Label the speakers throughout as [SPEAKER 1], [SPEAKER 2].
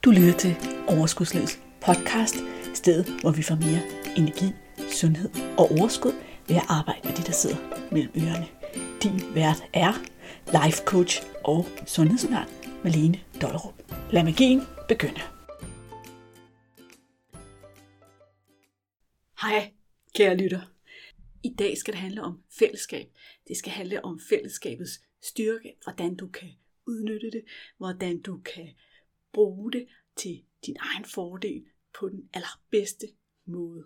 [SPEAKER 1] Du lytter til Overskudslivets podcast, stedet hvor vi får mere energi, sundhed og overskud ved at arbejde med det, der sidder mellem ørerne. Din vært er life coach og sundhedsnørd Malene Dollerup. Lad magien begynde. Hej, kære lytter. I dag skal det handle om fællesskab. Det skal handle om fællesskabets styrke, hvordan du kan udnytte det, hvordan du kan bruge det til din egen fordel på den allerbedste måde.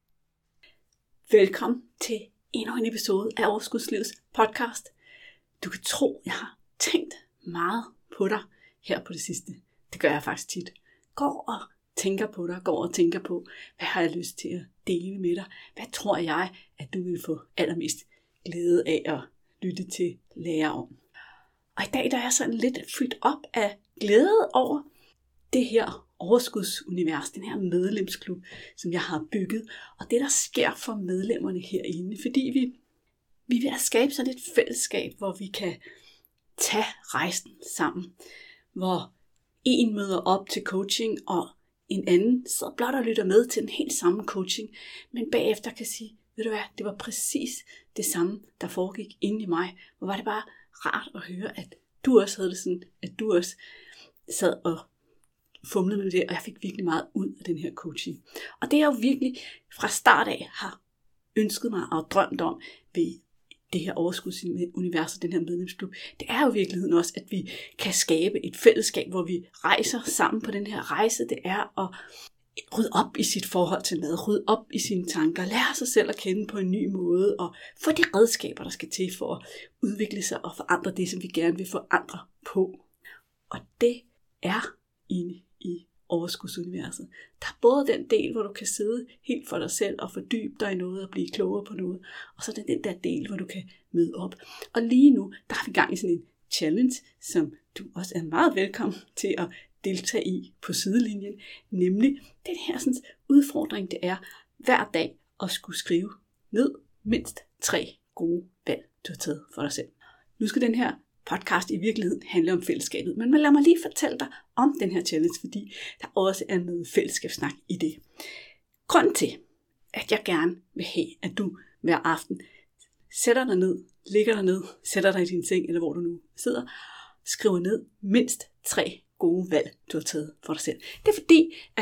[SPEAKER 1] Velkommen til endnu en episode af Overskudslivets podcast. Du kan tro, jeg har tænkt meget på dig her på det sidste. Det gør jeg faktisk tit. Går og tænker på dig, går og tænker på, hvad har jeg lyst til at dele med dig? Hvad tror jeg, at du vil få allermest glæde af at lytte til, lære om? Og i dag der er jeg sådan lidt fyldt op af glæde over det her overskudsunivers, den her medlemsklub, som jeg har bygget, og det der sker for medlemmerne herinde, fordi vi vil skabe sådan et fællesskab, hvor vi kan tage rejsen sammen, hvor en møder op til coaching, og en anden så blot og lytter med til den helt samme coaching, men bagefter kan sige, ved du hvad, det var præcis det samme, der foregik inde i mig, hvor var det bare rart at høre, at du også havde det sådan, at du også sad og fumlede med det, og jeg fik virkelig meget ud af den her coaching. Og det jeg jo virkelig fra start af har ønsket mig og drømt om ved det her overskudsunivers og den her medlemsklub, det er jo i virkeligheden også, at vi kan skabe et fællesskab, hvor vi rejser sammen på den her rejse. Det er at rydde op i sit forhold til mad, rydde op i sine tanker, lære sig selv at kende på en ny måde, og få de redskaber, der skal til for at udvikle sig og forandre det, som vi gerne vil forandre på. Og det er inde i overskudsuniverset. Der er både den del, hvor du kan sidde helt for dig selv og fordybe dig i noget og blive klogere på noget, og så er den der del, hvor du kan møde op. Og lige nu, der er vi i gang i sådan en challenge, som du også er meget velkommen til at deltage i på sidelinjen, nemlig den her sådan, udfordring, det er hver dag at skulle skrive ned mindst 3 gode valg, du har taget for dig selv. Nu skal den her podcast i virkeligheden handler om fællesskabet, men lad mig lige fortælle dig om den her challenge, fordi der også er noget fællesskabssnak i det. Grunden til, at jeg gerne vil have, at du hver aften sætter dig ned, ligger dig ned, sætter dig i din seng, eller hvor du nu sidder, skriver ned mindst 3 gode valg, du har taget for dig selv. Det er fordi, at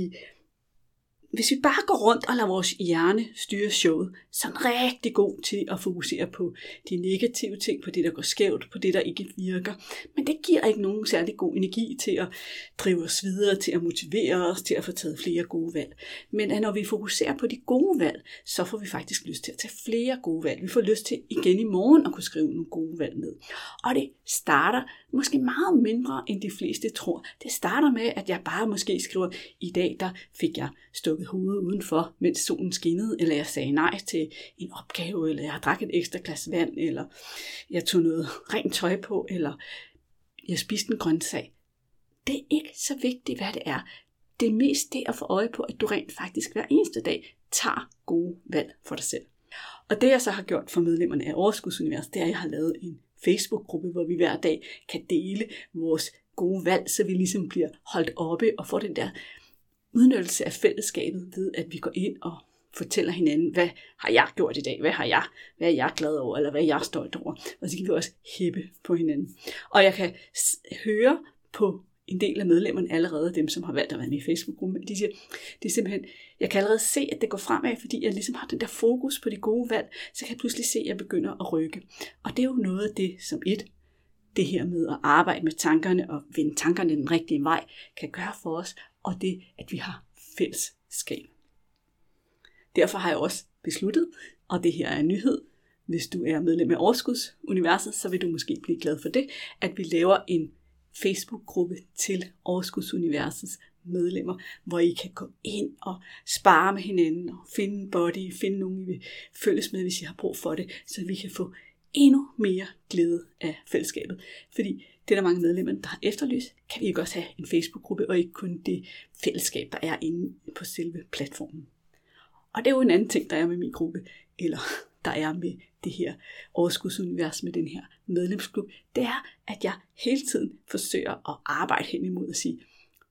[SPEAKER 1] hvis vi bare går rundt og lader vores hjerne styre showet, så er den rigtig god til at fokusere på de negative ting, på det, der går skævt, på det, der ikke virker. Men det giver ikke nogen særlig god energi til at drive os videre, til at motivere os, til at få taget flere gode valg. Men når vi fokuserer på de gode valg, så får vi faktisk lyst til at tage flere gode valg. Vi får lyst til igen i morgen at kunne skrive nogle gode valg ned. Og det starter måske meget mindre, end de fleste tror. Det starter med, at jeg bare måske skriver, i dag der fik jeg stukket hovedet udenfor, mens solen skinnede, eller jeg sagde nej til en opgave, eller jeg drak et ekstra glas vand, eller jeg tog noget rent tøj på, eller jeg spiste en grøntsag. Det er ikke så vigtigt, hvad det er. Det er mest det at få øje på, at du rent faktisk hver eneste dag tager gode valg for dig selv. Og det jeg så har gjort for medlemmerne af Overskudsunivers, det er, at jeg har lavet en Facebook-gruppe, hvor vi hver dag kan dele vores gode valg, så vi ligesom bliver holdt oppe og får den der udnyttelse af fællesskabet ved, at vi går ind og fortæller hinanden, hvad har jeg gjort i dag, hvad er jeg glad over, eller hvad er jeg stolt over, og så kan vi også hæppe på hinanden. Og jeg kan høre på en del af medlemmerne allerede, dem som har valgt at være med i Facebook-gruppen, de siger, det er simpelthen, jeg kan allerede se, at det går fremad, fordi jeg ligesom har den der fokus på de gode valg, så kan jeg pludselig se, at jeg begynder at rykke. Og det er jo noget af det, som det her med at arbejde med tankerne og vende tankerne den rigtige vej, kan gøre for os, og det, at vi har fællesskab. Derfor har jeg også besluttet, og det her er en nyhed, hvis du er medlem af Overskudsuniverset, så vil du måske blive glad for det, at vi laver en Facebook-gruppe til Overskudsuniversets medlemmer, hvor I kan gå ind og spare med hinanden, og finde en body, finde nogen, I vil følges med, hvis I har brug for det, så vi kan få endnu mere glæde af fællesskabet. Fordi det er der mange medlemmer, der har efterlyst, kan vi ikke også have en Facebook-gruppe, og ikke kun det fællesskab, der er inde på selve platformen. Og det er jo en anden ting, der er med min gruppe, eller der er med det her overskudsunivers, med den her medlemsklub, det er, at jeg hele tiden forsøger at arbejde hen imod at sige,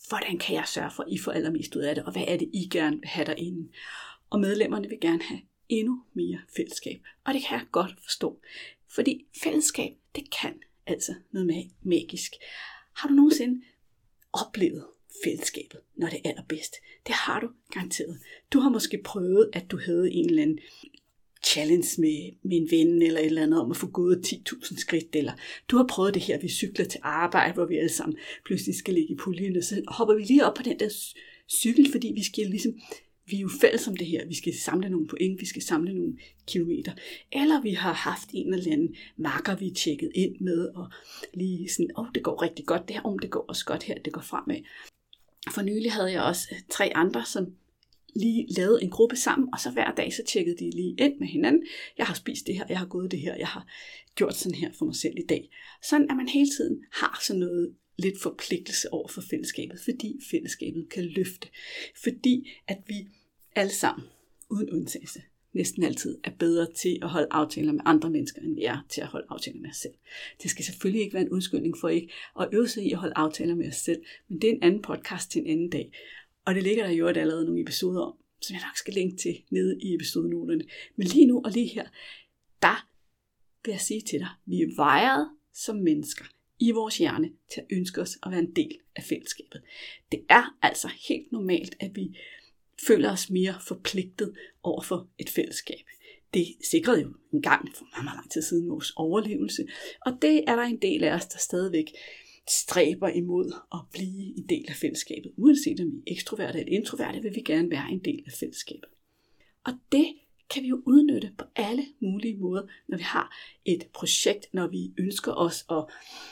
[SPEAKER 1] hvordan kan jeg sørge for, at I får allermest ud af det, og hvad er det, I gerne vil have derinde. Og medlemmerne vil gerne have endnu mere fællesskab, og det kan jeg godt forstå. Fordi fællesskab, det kan altså noget magisk. Har du nogensinde oplevet fællesskabet, når det er allerbedst? Det har du garanteret. Du har måske prøvet, at du havde en eller anden challenge med en ven, eller et eller andet om at få gået 10.000 skridt, eller du har prøvet det her, vi cykler til arbejde, hvor vi alle sammen pludselig skal ligge i puljen, og så hopper vi lige op på den der cykel, fordi vi er jo fælles om det her, vi skal samle nogle point, vi skal samle nogle kilometer, eller vi har haft en eller anden marker, vi er tjekket ind med, og lige sådan, det går rigtig godt det her, det går også godt her, det går fremad. For nylig havde jeg også 3 andre, som lige lavede en gruppe sammen, og så hver dag så tjekkede de lige ind med hinanden. Jeg har spist det her, jeg har gået det her, jeg har gjort sådan her for mig selv i dag. Sådan at man hele tiden har sådan noget lidt forpligtelse over for fællesskabet, fordi fællesskabet kan løfte. Fordi at vi alle sammen, uden undtagelse, næsten altid er bedre til at holde aftaler med andre mennesker, end vi er til at holde aftaler med os selv. Det skal selvfølgelig ikke være en undskyldning for ikke at øve sig i at holde aftaler med os selv, men det er en anden podcast til en anden dag. Og det ligger der jo allerede nogle episoder om, som jeg nok skal linke til nede i episodenoterne. Men lige nu og lige her, der vil jeg sige til dig, vi er wired som mennesker i vores hjerne til at ønske os at være en del af fællesskabet. Det er altså helt normalt, at vi føler os mere forpligtet over for et fællesskab. Det sikrede jo en gang for meget lang tid siden vores overlevelse, og det er der en del af os, der stadigvæk stræber imod at blive en del af fællesskabet. Uanset om vi er ekstroverte eller introverte, vil vi gerne være en del af fællesskabet. Og det kan vi jo udnytte på alle mulige måder, når vi har et projekt, når vi ønsker os at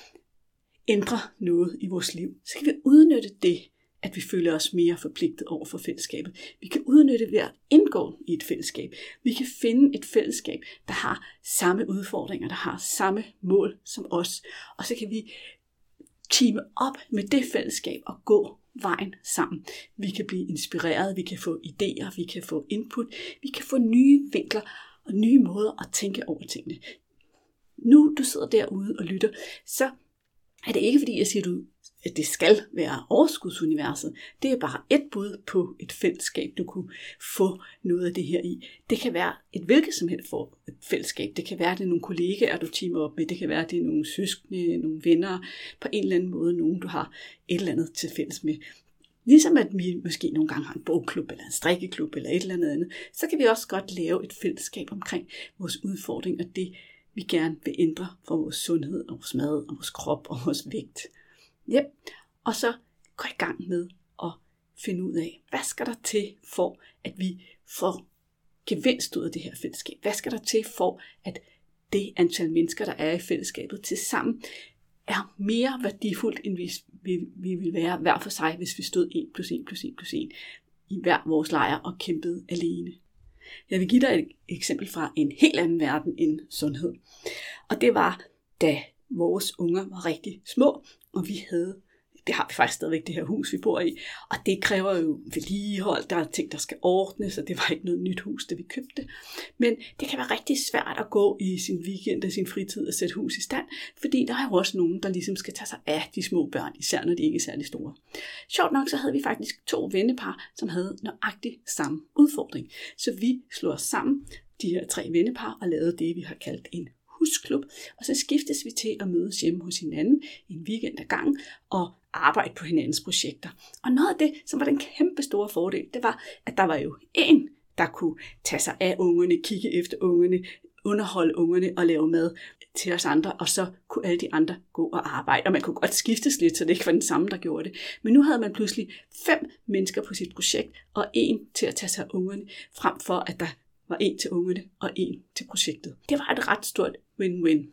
[SPEAKER 1] ændre noget i vores liv. Så kan vi udnytte det, at vi føler os mere forpligtet over for fællesskabet. Vi kan udnytte det ved at indgå i et fællesskab. Vi kan finde et fællesskab, der har samme udfordringer, der har samme mål som os. Og så kan vi teame op med det fællesskab og gå vejen sammen. Vi kan blive inspireret, vi kan få idéer, vi kan få input, vi kan få nye vinkler og nye måder at tænke over tingene. Nu du sidder derude og lytter, så er det ikke fordi jeg siger, at det skal være overskudsuniverset. Det er bare et bud på et fællesskab, du kunne få noget af det her i. Det kan være et hvilket som helst fællesskab. Det kan være, at det er nogle kollegaer, du teamer op med. Det kan være, at det er nogle søskende, nogle venner, på en eller anden måde, nogen du har et eller andet til fælles med. Ligesom at vi måske nogle gange har en bogklub, eller en strikkeklub, eller et eller andet, så kan vi også godt lave et fællesskab omkring vores udfordring, og det vi gerne vil ændre for vores sundhed, og vores mad, og vores krop, og vores vægt. Yep. Og så gå i gang med at finde ud af, hvad skal der til for, at vi får gevinst ud af det her fællesskab? Hvad skal der til for, at det antal mennesker, der er i fællesskabet til sammen, er mere værdifuldt, end vi ville være hver for sig, hvis vi stod 1 + 1 + 1 + 1 i hver vores lejr og kæmpede alene. Jeg vil give dig et eksempel fra en helt anden verden end sundhed. Og det var, da vores unger var rigtig små, og det har vi faktisk stadigvæk, det her hus, vi bor i, og det kræver jo vedligehold, der er ting, der skal ordnes, og det var ikke noget nyt hus, da vi købte. Men det kan være rigtig svært at gå i sin weekend og sin fritid og sætte hus i stand, fordi der er jo også nogen, der ligesom skal tage sig af de små børn, især når de ikke er særlig store. Sjovt nok, så havde vi faktisk 2 vennepar, som havde nøjagtigt samme udfordring. Så vi slog os sammen, de her 3 vennepar, og lavede det, vi har kaldt en husklub, og så skiftes vi til at mødes hjemme hos hinanden en weekend ad gangen og arbejde på hinandens projekter. Og noget af det, som var den kæmpe store fordel, det var, at der var jo en, der kunne tage sig af ungerne, kigge efter ungerne, underholde ungerne og lave mad til os andre, og så kunne alle de andre gå og arbejde. Og man kunne godt skiftes lidt, så det ikke var den samme, der gjorde det. Men nu havde man pludselig 5 mennesker på sit projekt, og 1 til at tage sig af ungerne, frem for at der var 1 til ungerne og 1 til projektet. Det var et ret stort win-win.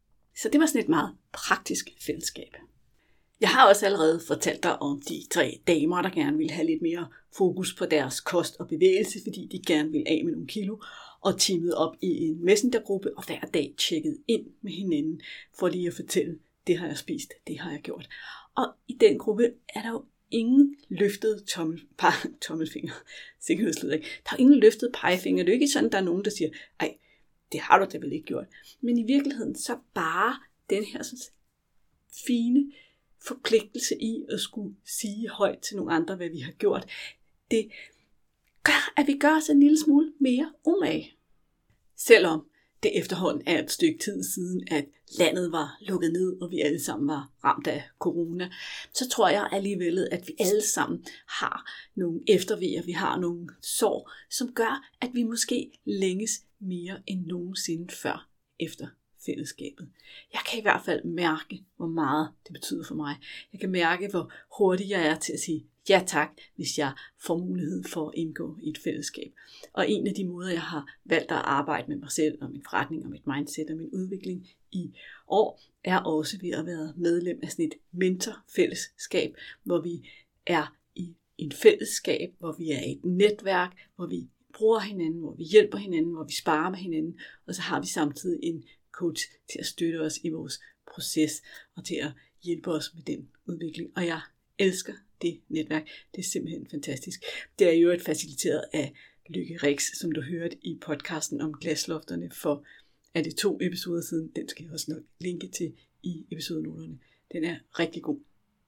[SPEAKER 1] Så det var sådan et meget praktisk fællesskab. Jeg har også allerede fortalt dig om de 3 damer, der gerne ville have lidt mere fokus på deres kost og bevægelse, fordi de gerne ville af med nogle kilo, og teamet op i en messengergruppe, og hver dag tjekket ind med hinanden, for lige at fortælle, det har jeg spist, det har jeg gjort. Og i den gruppe er der jo ingen løftede tommelfinger. Sikkerhedsled, ikke? Der er ingen løftede pegefinger. Det er jo ikke sådan, der er nogen, der siger, ej, det har du da vel ikke gjort. Men i virkeligheden, så bare den her sådan, fine forpligtelse i at skulle sige højt til nogle andre, hvad vi har gjort. Det gør, at vi gør os en lille smule mere umage. Selvom det efterhånden er et stykke tid siden, at landet var lukket ned, og vi alle sammen var ramt af corona, så tror jeg alligevel, at vi alle sammen har nogle eftervejer, vi har nogle sår, som gør, at vi måske længes mere end nogensinde før efter fællesskabet. Jeg kan i hvert fald mærke, hvor meget det betyder for mig. Jeg kan mærke, hvor hurtig jeg er til at sige ja tak, hvis jeg får mulighed for at indgå i et fællesskab. Og en af de måder, jeg har valgt at arbejde med mig selv og min forretning og mit mindset og min udvikling i år, er også ved at være medlem af sådan et mentorfællesskab, hvor vi er i en fællesskab, hvor vi er i et netværk, hvor vi bruger hinanden, hvor vi hjælper hinanden, hvor vi sparer med hinanden, og så har vi samtidig en coach til at støtte os i vores proces og til at hjælpe os med den udvikling. Og jeg elsker det netværk. Det er simpelthen fantastisk. Det er jo et faciliteret af Lykke Rix, som du hørte i podcasten om glaslofterne for, er det 2 episoder siden? Den skal jeg også nok linke til i episodenoterne. Den er rigtig god.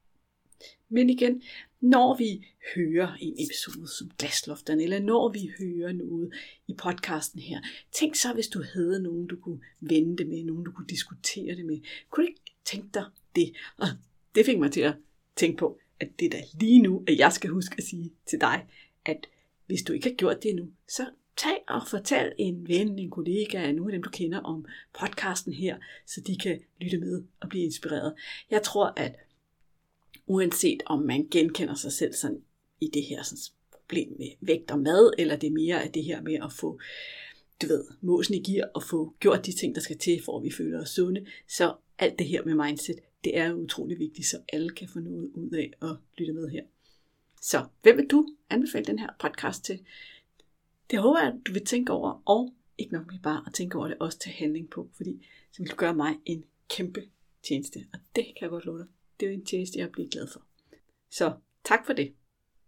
[SPEAKER 1] Men igen, når vi hører en episode som glaslofterne, eller når vi hører noget i podcasten her, tænk så, hvis du havde nogen, du kunne vende det med, nogen du kunne diskutere det med. Kunne du ikke tænke dig det? Og det fik mig til at tænke på, at det er da lige nu, at jeg skal huske at sige til dig, at hvis du ikke har gjort det endnu, så tag og fortæl en ven, en kollega, nogle af dem du kender om podcasten her, så de kan lytte med og blive inspireret. Jeg tror, at uanset om man genkender sig selv sådan i det her sådan problem med vægt og mad, eller det er mere af det her med at få, måsen i gear og få gjort de ting, der skal til, for at vi føler os sunde, så alt det her med mindset, det er utrolig vigtigt, så alle kan få noget ud af at lytte med her. Så hvem vil du anbefale den her podcast til? Det håber jeg, at du vil tænke over, og ikke nok med bare at tænke over det, også til handling på, fordi så vil du gøre mig en kæmpe tjeneste, og det kan jeg godt love dig. Det er en tjeneste, jeg bliver glad for. Så tak for det.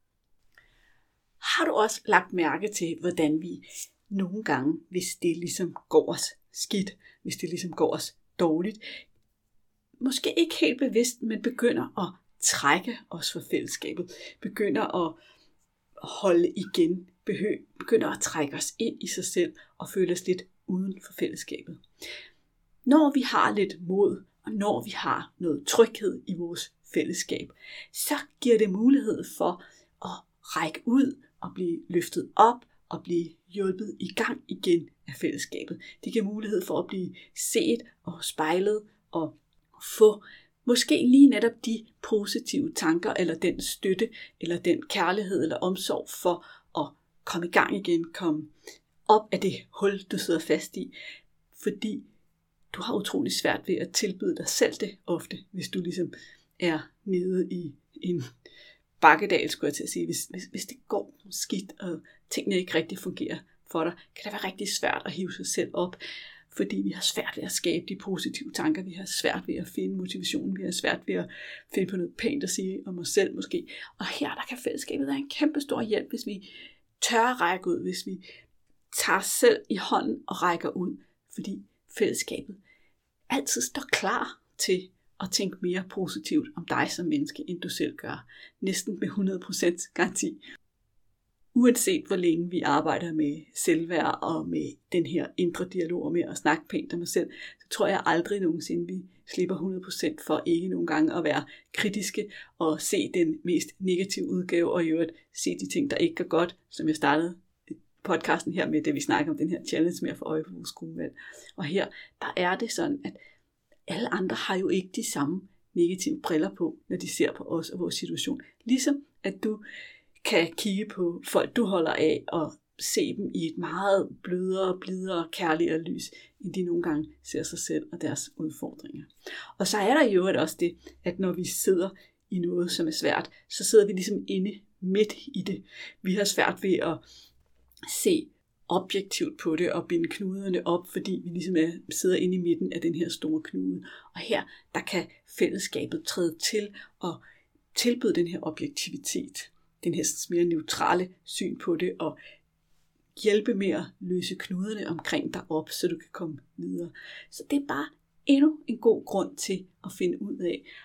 [SPEAKER 1] Har du også lagt mærke til, hvordan vi nogle gange, hvis det ligesom går os skidt, hvis det ligesom går os dårligt, måske ikke helt bevidst, men begynder at trække os fra fællesskabet, begynder at holde igen, begynder at trække os ind i sig selv og føle os lidt uden for fællesskabet. Når vi har lidt mod, og når vi har noget tryghed i vores fællesskab, så giver det mulighed for at række ud og blive løftet op og blive hjulpet i gang igen af fællesskabet. Det giver mulighed for at blive set og spejlet og få måske lige netop de positive tanker, eller den støtte, eller den kærlighed eller omsorg for at komme i gang igen, komme op af det hul, du sidder fast i. Fordi du har utrolig svært ved at tilbyde dig selv det ofte, hvis du ligesom er nede i en bakkedal, skulle jeg til at sige. Hvis det går skidt, og tingene ikke rigtig fungerer for dig, kan det være rigtig svært at hive sig selv op, fordi vi har svært ved at skabe de positive tanker, vi har svært ved at finde motivation, vi har svært ved at finde på noget pænt at sige om os selv måske. Og her der kan fællesskabet være en kæmpe stor hjælp, hvis vi tør at række ud, hvis vi tager os selv i hånden og rækker ud, fordi fællesskabet altid står klar til at tænke mere positivt om dig som menneske, end du selv gør. Næsten med 100% garanti. Uanset hvor længe vi arbejder med selvværd og med den her indre dialog med at snakke pænt om os selv, så tror jeg aldrig nogensinde, vi slipper 100% for ikke nogle gange at være kritiske og se den mest negative udgave, og i øvrigt se de ting, der ikke går godt, som jeg startede podcasten her med, da vi snakker om den her challenge med at få øje på vores skolevalg. Og her, der er det sådan, at alle andre har jo ikke de samme negative briller på, når de ser på os og vores situation. Ligesom at du kan kigge på folk, du holder af, og se dem i et meget blidere, kærligere lys, end de nogle gange ser sig selv og deres udfordringer. Og så er der jo også det, at når vi sidder i noget, som er svært, så sidder vi ligesom inde midt i det. Vi har svært ved at se objektivt på det og binde knuderne op, fordi vi ligesom sidder inde i midten af den her store knude. Og her, der kan fællesskabet træde til og tilbyde den her objektivitet, den her mere neutrale syn på det, og hjælpe med at løse knuderne omkring dig op, så du kan komme videre. Så det er bare endnu en god grund til at finde ud af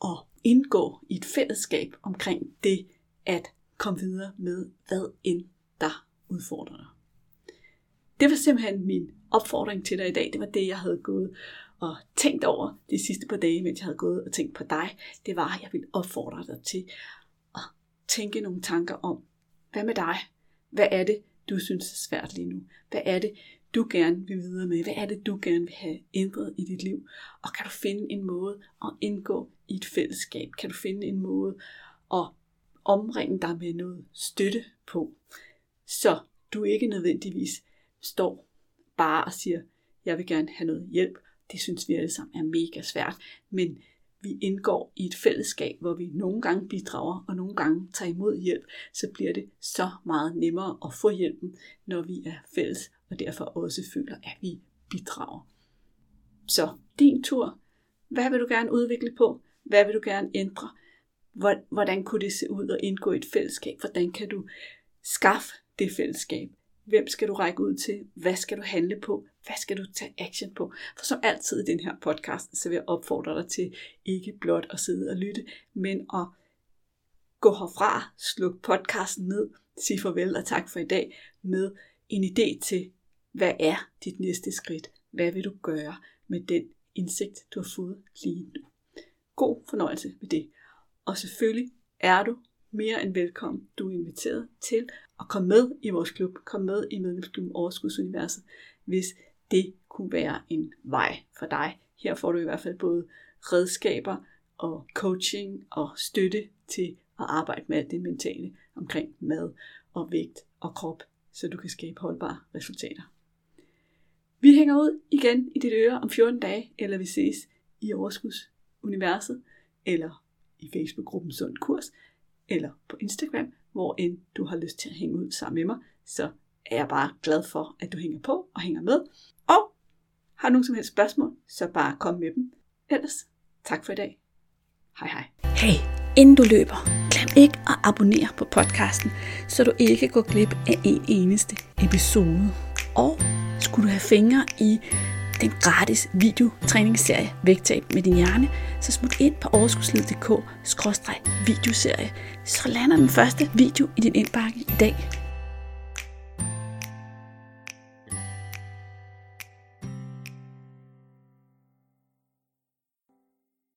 [SPEAKER 1] at indgå i et fællesskab omkring det at komme videre med, hvad end der udfordrer dig. Det var simpelthen min opfordring til dig i dag. Det var det, jeg havde gået og tænkt over de sidste par dage, mens jeg havde gået og tænkt på dig. Det var, at jeg ville opfordre dig til at tænke nogle tanker om, hvad med dig? Hvad er det, du synes er svært lige nu? Hvad er det, du gerne vil videre med? Hvad er det, du gerne vil have ændret i dit liv? Og kan du finde en måde at indgå i et fællesskab? Kan du finde en måde at omringe dig med noget støtte på? Så du ikke nødvendigvis står bare og siger, jeg vil gerne have noget hjælp. Det synes vi alle sammen er mega svært. Men vi indgår i et fællesskab, hvor vi nogle gange bidrager, og nogle gange tager imod hjælp, så bliver det så meget nemmere at få hjælpen, når vi er fælles, og derfor også føler, at vi bidrager. Så din tur. Hvad vil du gerne udvikle på? Hvad vil du gerne ændre? Hvordan kunne det se ud at indgå i et fællesskab? Hvordan kan du skaffe det fællesskab? Hvem skal du række ud til? Hvad skal du handle på? Hvad skal du tage action på? For som altid i den her podcast, så vil jeg opfordre dig til ikke blot at sidde og lytte, men at gå herfra, sluk podcasten ned, sige farvel og tak for i dag med en idé til, hvad er dit næste skridt? Hvad vil du gøre med den indsigt, du har fået lige nu? God fornøjelse med det. Og selvfølgelig er du mere end velkommen. Du er inviteret til at komme med i vores klub. Kom med i medlemsklubben Overskudsuniverset, hvis det kunne være en vej for dig. Her får du i hvert fald både redskaber og coaching og støtte til at arbejde med alt det mentale omkring mad og vægt og krop, så du kan skabe holdbare resultater. Vi hænger ud igen i dit øre om 14 dage, eller vi ses i Overskudsuniverset, eller i Facebook-gruppen Sund Kurs, eller på Instagram, hvor end du har lyst til at hænge ud sammen med mig, så er jeg bare glad for, at du hænger på og hænger med. Og har du nogen som helst spørgsmål, så bare kom med dem. Ellers, tak for i dag. Hej hej. Hey, inden du løber, glem ikke at abonnere på podcasten, så du ikke går glip af en eneste episode. Og skulle du have fingre i den gratis videotræningsserie Vægtab med din hjerne, så smut ind på overskudslivet.dk/videoserie, så lander den første video i din indbakke i dag.